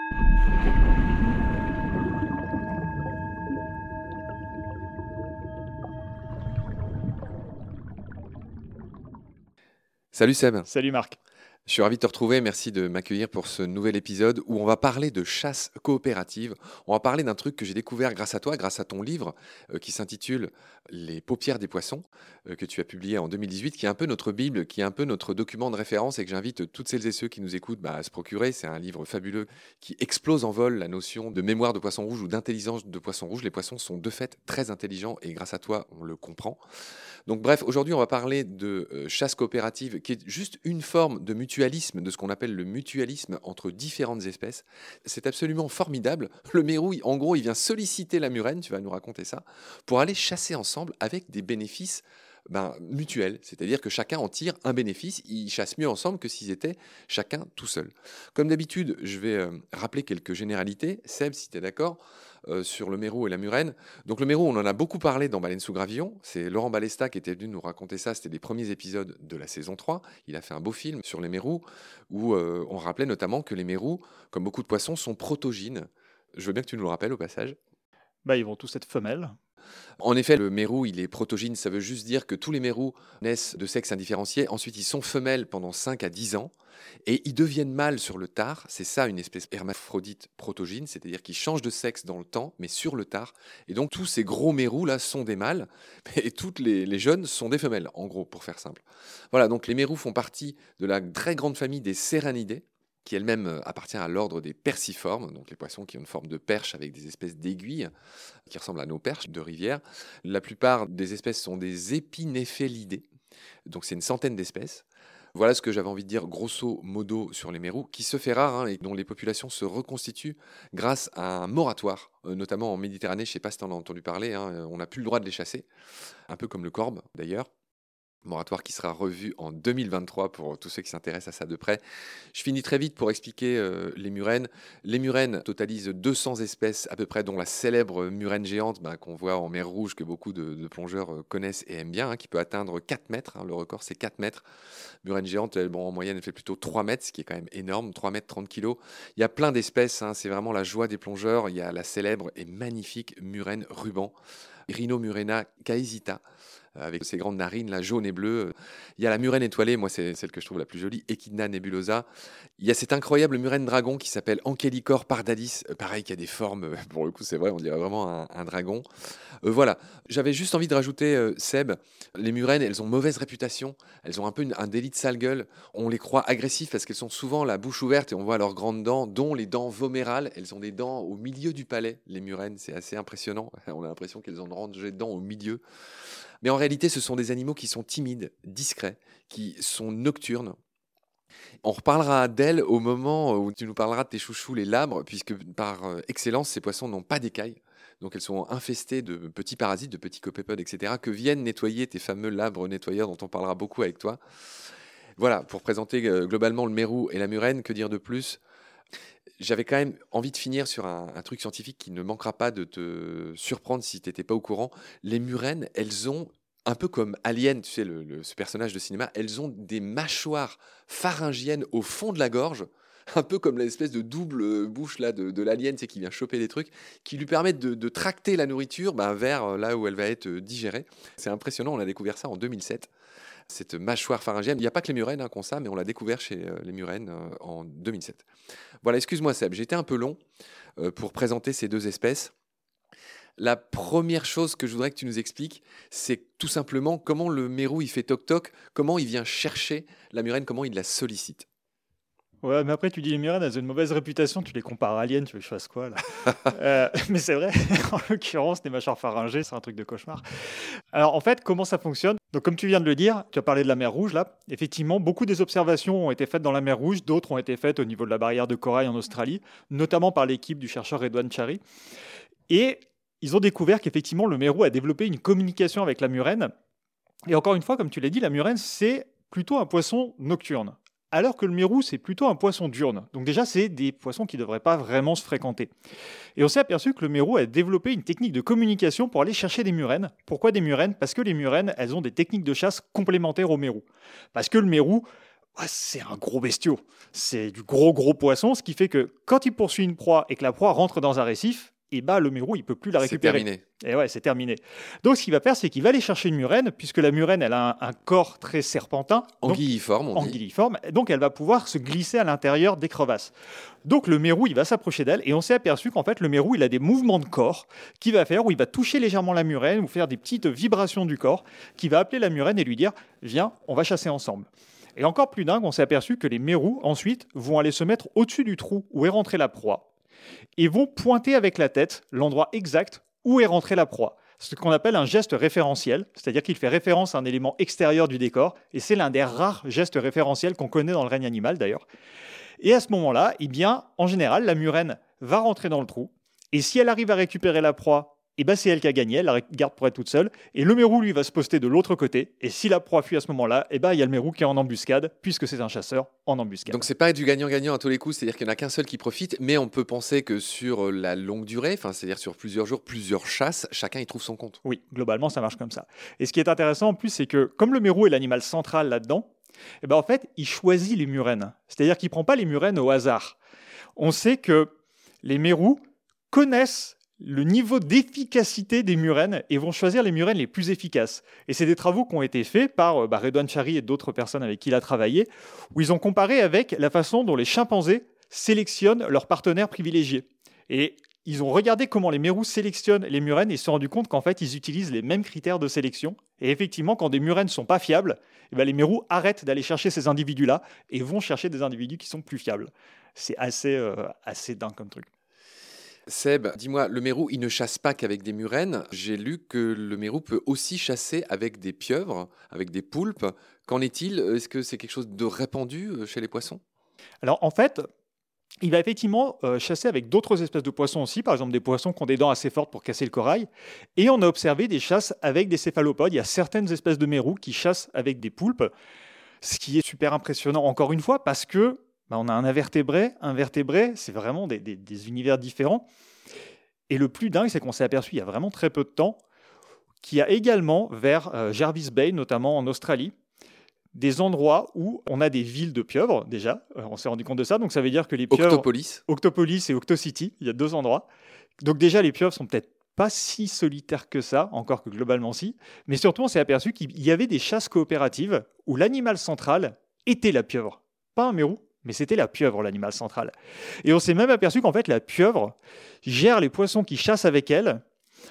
Salut Seb, Salut Marc. je suis ravi de te retrouver, merci de m'accueillir pour ce nouvel épisode où on va parler de chasse coopérative. On va parler d'un truc que j'ai découvert grâce à toi, grâce à ton livre qui s'intitule Les paupières des poissons, que tu as publié en 2018, qui est un peu notre Bible, qui est un peu notre document de référence et que j'invite toutes celles et ceux qui nous écoutent à se procurer. C'est un livre fabuleux qui explose en vol la notion de mémoire de poisson rouge ou d'intelligence de poisson rouge. Les poissons sont de fait très intelligents et grâce à toi, on le comprend. Donc bref, aujourd'hui, on va parler de chasse coopérative, qui est juste une forme de mutualisme, de ce qu'on appelle le mutualisme entre différentes espèces. C'est absolument formidable. Le mérou, en gros, il vient solliciter la murène, tu vas nous raconter ça, pour aller chasser ensemble avec des bénéfices mutuels. C'est-à-dire que chacun en tire un bénéfice, ils chassent mieux ensemble que s'ils étaient chacun tout seul. Comme d'habitude, je vais rappeler quelques généralités. Seb, si tu es d'accord, sur le mérou et la murène. Donc le mérou, on en a beaucoup parlé dans Baleine sous gravillon. C'est Laurent Balesta qui était venu nous raconter ça. C'était les premiers épisodes de la saison 3. Il a fait un beau film sur les mérous où on rappelait notamment que les mérous, comme beaucoup de poissons, sont protogynes. Je veux bien que tu nous le rappelles au passage. Ils vont tous être femelles. En effet, le mérou, il est protogyne. Ça veut juste dire que tous les mérous naissent de sexe indifférencié. Ensuite, ils sont femelles pendant 5 à 10 ans. Et ils deviennent mâles sur le tard. C'est ça une espèce hermaphrodite protogyne, c'est-à-dire qu'ils changent de sexe dans le temps, mais sur le tard. Et donc, tous ces gros mérous-là sont des mâles. Et toutes les jeunes sont des femelles, en gros, pour faire simple. Voilà, donc les mérous font partie de la très grande famille des Serranidés, qui elle-même appartient à l'ordre des perciformes, donc les poissons qui ont une forme de perche avec des espèces d'aiguilles qui ressemblent à nos perches de rivière. La plupart des espèces sont des épinéphélidés, donc c'est une centaine d'espèces. Voilà ce que j'avais envie de dire grosso modo sur les mérous, qui se fait rare et dont les populations se reconstituent grâce à un moratoire, notamment en Méditerranée. Je ne sais pas si tu en as entendu parler, on n'a plus le droit de les chasser, un peu comme le corbe d'ailleurs. Moratoire qui sera revu en 2023 pour tous ceux qui s'intéressent à ça de près. Je finis très vite pour expliquer les murènes. Les murènes totalisent 200 espèces à peu près, dont la célèbre murène géante qu'on voit en mer Rouge, que beaucoup de plongeurs connaissent et aiment bien, qui peut atteindre 4 mètres. Le record, c'est 4 mètres. Murène géante, en moyenne, elle fait plutôt 3 mètres, ce qui est quand même énorme, 3 mètres 30 kilos. Il y a plein d'espèces, c'est vraiment la joie des plongeurs. Il y a la célèbre et magnifique murène ruban, Rhinomurena caesita, avec ses grandes narines, là, jaunes et bleues. Il y a la murène étoilée, moi c'est celle que je trouve la plus jolie, Echidna nebulosa. Il y a cette incroyable murène dragon qui s'appelle Anchelicor pardalis, pareil, qui a des formes, pour le coup c'est vrai, on dirait vraiment un dragon. Voilà, j'avais juste envie de rajouter, Seb, les murènes, elles ont mauvaise réputation, elles ont un peu un délit de sale gueule, on les croit agressifs parce qu'elles sont souvent la bouche ouverte et on voit leurs grandes dents, dont les dents vomérales. Elles ont des dents au milieu du palais, les murènes, c'est assez impressionnant, on a l'impression qu'elles ont rangé de dents au milieu. Mais en réalité, ce sont des animaux qui sont timides, discrets, qui sont nocturnes. On reparlera d'elles au moment où tu nous parleras de tes chouchous, les labres, puisque par excellence, ces poissons n'ont pas d'écailles. Donc elles sont infestées de petits parasites, de petits copépodes, etc., que viennent nettoyer tes fameux labres nettoyeurs dont on parlera beaucoup avec toi. Voilà, pour présenter globalement le mérou et la murène, que dire de plus ? J'avais quand même envie de finir sur un truc scientifique qui ne manquera pas de te surprendre si tu n'étais pas au courant. Les murènes, elles ont, un peu comme Alien, tu sais, ce personnage de cinéma, elles ont des mâchoires pharyngiennes au fond de la gorge, un peu comme l'espèce de double bouche là, de l'alien, tu sais, qui vient choper des trucs, qui lui permettent de tracter la nourriture vers là où elle va être digérée. C'est impressionnant, on a découvert ça en 2007. Cette mâchoire pharyngienne. Il n'y a pas que les murènes qui ont ça, mais on l'a découvert chez les murènes en 2007. Voilà, excuse-moi Seb, j'étais un peu long pour présenter ces deux espèces. La première chose que je voudrais que tu nous expliques, c'est tout simplement comment le mérou il fait toc-toc, comment il vient chercher la murène, comment il la sollicite. Ouais, mais après, tu dis les murènes, elles ont une mauvaise réputation, tu les compares à Alien, tu veux que je fasse quoi là Mais c'est vrai, en l'occurrence, les mâchoires pharyngées, c'est un truc de cauchemar. Alors en fait, comment ça fonctionne ? Donc comme tu viens de le dire, tu as parlé de la mer Rouge là. Effectivement, beaucoup des observations ont été faites dans la mer Rouge, d'autres ont été faites au niveau de la barrière de corail en Australie, notamment par l'équipe du chercheur Redouane Chari. Et ils ont découvert qu'effectivement, le mérou a développé une communication avec la murène. Et encore une fois, comme tu l'as dit, la murène, c'est plutôt un poisson nocturne. Alors que le mérou, c'est plutôt un poisson diurne. Donc déjà, c'est des poissons qui ne devraient pas vraiment se fréquenter. Et on s'est aperçu que le mérou a développé une technique de communication pour aller chercher des murènes. Pourquoi des murènes ? Parce que les murènes, elles ont des techniques de chasse complémentaires au mérou. Parce que le mérou, c'est un gros bestiau. C'est du gros poisson, ce qui fait que quand il poursuit une proie et que la proie rentre dans un récif, le mérou, il peut plus la récupérer. C'est terminé. Et ouais, c'est terminé. Donc, ce qu'il va faire, c'est qu'il va aller chercher une murène, puisque la murène, elle a un corps très serpentin. Anguilliforme, on dit. Anguilliforme. Donc, elle va pouvoir se glisser à l'intérieur des crevasses. Donc, le mérou, il va s'approcher d'elle, et on s'est aperçu qu'en fait, le mérou, il a des mouvements de corps qu'il va faire, où il va toucher légèrement la murène, ou faire des petites vibrations du corps, qui va appeler la murène et lui dire « Viens, on va chasser ensemble ». Et encore plus dingue, on s'est aperçu que les mérous, ensuite, vont aller se mettre au-dessus du trou où est rentrée la proie, et vont pointer avec la tête l'endroit exact où est rentrée la proie. Ce qu'on appelle un geste référentiel, c'est-à-dire qu'il fait référence à un élément extérieur du décor, et c'est l'un des rares gestes référentiels qu'on connaît dans le règne animal d'ailleurs. Et à ce moment-là, en général, la murène va rentrer dans le trou, et si elle arrive à récupérer la proie, c'est elle qui a gagné, elle la garde pour être toute seule, et le mérou, lui, va se poster de l'autre côté, et si la proie fuit à ce moment-là, il y a le mérou qui est en embuscade, puisque c'est un chasseur en embuscade. Donc c'est pas du gagnant-gagnant à tous les coups, c'est-à-dire qu'il n'y en a qu'un seul qui profite, mais on peut penser que sur la longue durée, c'est-à-dire sur plusieurs jours, plusieurs chasses, chacun y trouve son compte. Oui, globalement, ça marche comme ça. Et ce qui est intéressant en plus, c'est que comme le mérou est l'animal central là-dedans, en fait, il choisit les murènes. C'est-à-dire qu'il ne prend pas les murènes au hasard. On sait que les mérous connaissent le niveau d'efficacité des murènes et vont choisir les murènes les plus efficaces. Et c'est des travaux qui ont été faits par Redouane Chari et d'autres personnes avec qui il a travaillé, où ils ont comparé avec la façon dont les chimpanzés sélectionnent leurs partenaires privilégiés. Et ils ont regardé comment les mérous sélectionnent les murènes et se sont rendus compte qu'en fait, ils utilisent les mêmes critères de sélection. Et effectivement, quand des murènes ne sont pas fiables, les mérous arrêtent d'aller chercher ces individus-là et vont chercher des individus qui sont plus fiables. C'est assez dingue comme truc. Seb, dis-moi, le mérou, il ne chasse pas qu'avec des murènes. J'ai lu que le mérou peut aussi chasser avec des pieuvres, avec des poulpes. Qu'en est-il ? Est-ce que c'est quelque chose de répandu chez les poissons ? Alors, en fait, il va effectivement chasser avec d'autres espèces de poissons aussi, par exemple des poissons qui ont des dents assez fortes pour casser le corail. Et on a observé des chasses avec des céphalopodes. Il y a certaines espèces de mérous qui chassent avec des poulpes, ce qui est super impressionnant, encore une fois, parce que on a un invertébré. Invertébré, c'est vraiment des univers différents. Et le plus dingue, c'est qu'on s'est aperçu il y a vraiment très peu de temps qu'il y a également vers Jervis Bay, notamment en Australie, des endroits où on a des villes de pieuvres, déjà. On s'est rendu compte de ça. Donc ça veut dire que les pieuvres... Octopolis et Octocity, il y a 2 endroits. Donc déjà, les pieuvres sont peut-être pas si solitaires que ça, encore que globalement si. Mais surtout, on s'est aperçu qu'il y avait des chasses coopératives où l'animal central était la pieuvre. Pas un mérou, mais c'était la pieuvre, l'animal central. Et on s'est même aperçu qu'en fait, la pieuvre gère les poissons qui chassent avec elle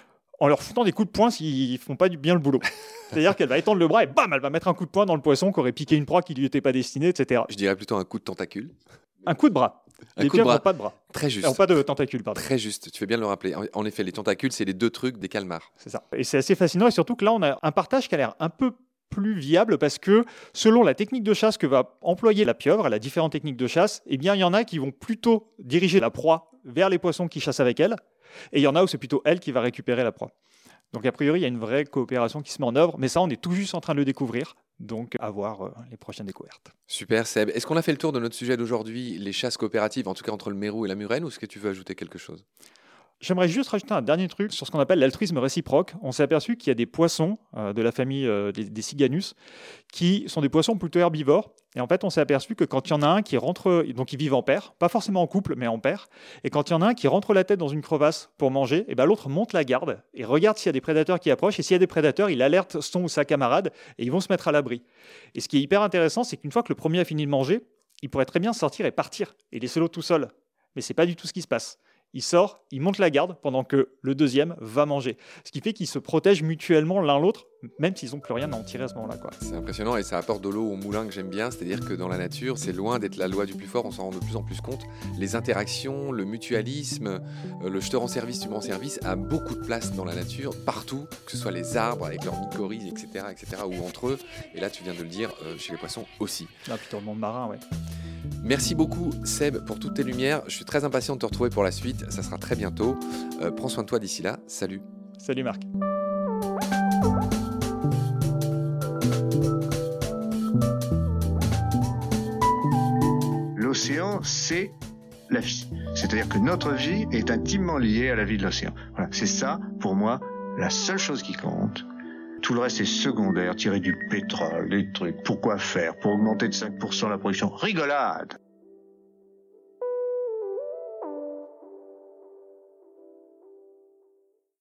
en leur foutant des coups de poing s'ils ne font pas bien le boulot. C'est-à-dire qu'elle va étendre le bras et bam, elle va mettre un coup de poing dans le poisson qui aurait piqué une proie qui ne lui était pas destinée, etc. Je dirais plutôt un coup de tentacule. Un coup de bras. Les pieuvres n'ont pas de bras. Très juste. Elles n'ont pas de tentacules, pardon. Très juste, tu fais bien de le rappeler. En effet, les tentacules, c'est les 2 trucs des calmars. C'est ça. Et c'est assez fascinant, et surtout que là, on a un partage qui a l'air un peu plus viable parce que selon la technique de chasse que va employer la pieuvre, elle a différentes techniques de chasse, il y en a qui vont plutôt diriger la proie vers les poissons qui chassent avec elle, et il y en a où c'est plutôt elle qui va récupérer la proie. Donc a priori, il y a une vraie coopération qui se met en œuvre, mais ça, on est tout juste en train de le découvrir, donc à voir les prochaines découvertes. Super Seb. Est-ce qu'on a fait le tour de notre sujet d'aujourd'hui, les chasses coopératives, en tout cas entre le mérou et la murène, ou est-ce que tu veux ajouter quelque chose ? J'aimerais juste rajouter un dernier truc sur ce qu'on appelle l'altruisme réciproque. On s'est aperçu qu'il y a des poissons de la famille des Cyganus qui sont des poissons plutôt herbivores. Et en fait, on s'est aperçu que quand il y en a un qui rentre, donc ils vivent en paire, pas forcément en couple, mais en paire, et quand il y en a un qui rentre la tête dans une crevasse pour manger, et l'autre monte la garde et regarde s'il y a des prédateurs qui approchent. Et s'il y a des prédateurs, il alerte son ou sa camarade et ils vont se mettre à l'abri. Et ce qui est hyper intéressant, c'est qu'une fois que le premier a fini de manger, il pourrait très bien sortir et partir et laisser l'autre tout seul. Mais c'est pas du tout ce qui se passe. Il sort, il monte la garde pendant que le deuxième va manger. Ce qui fait qu'ils se protègent mutuellement l'un l'autre, même s'ils n'ont plus rien à en tirer à ce moment-là. C'est impressionnant et ça apporte de l'eau au moulin que j'aime bien. C'est-à-dire que dans la nature, c'est loin d'être la loi du plus fort, on s'en rend de plus en plus compte. Les interactions, le mutualisme, le je te rends service, tu me rends service, a beaucoup de place dans la nature, partout, que ce soit les arbres avec leurs mycorhizes, etc., ou entre eux. Et là, tu viens de le dire, chez les poissons aussi. Ah, plutôt le monde marin, ouais. Merci beaucoup Seb pour toutes tes lumières. Je suis très impatient de te retrouver pour la suite. Ça sera très bientôt. Prends soin de toi d'ici là. Salut. Salut Marc. L'océan, c'est la vie. C'est-à-dire que notre vie est intimement liée à la vie de l'océan. Voilà. C'est ça, pour moi, la seule chose qui compte. Tout le reste est secondaire, tiré du pétrole, des trucs. Pourquoi faire? Pour augmenter de 5% la production? Rigolade!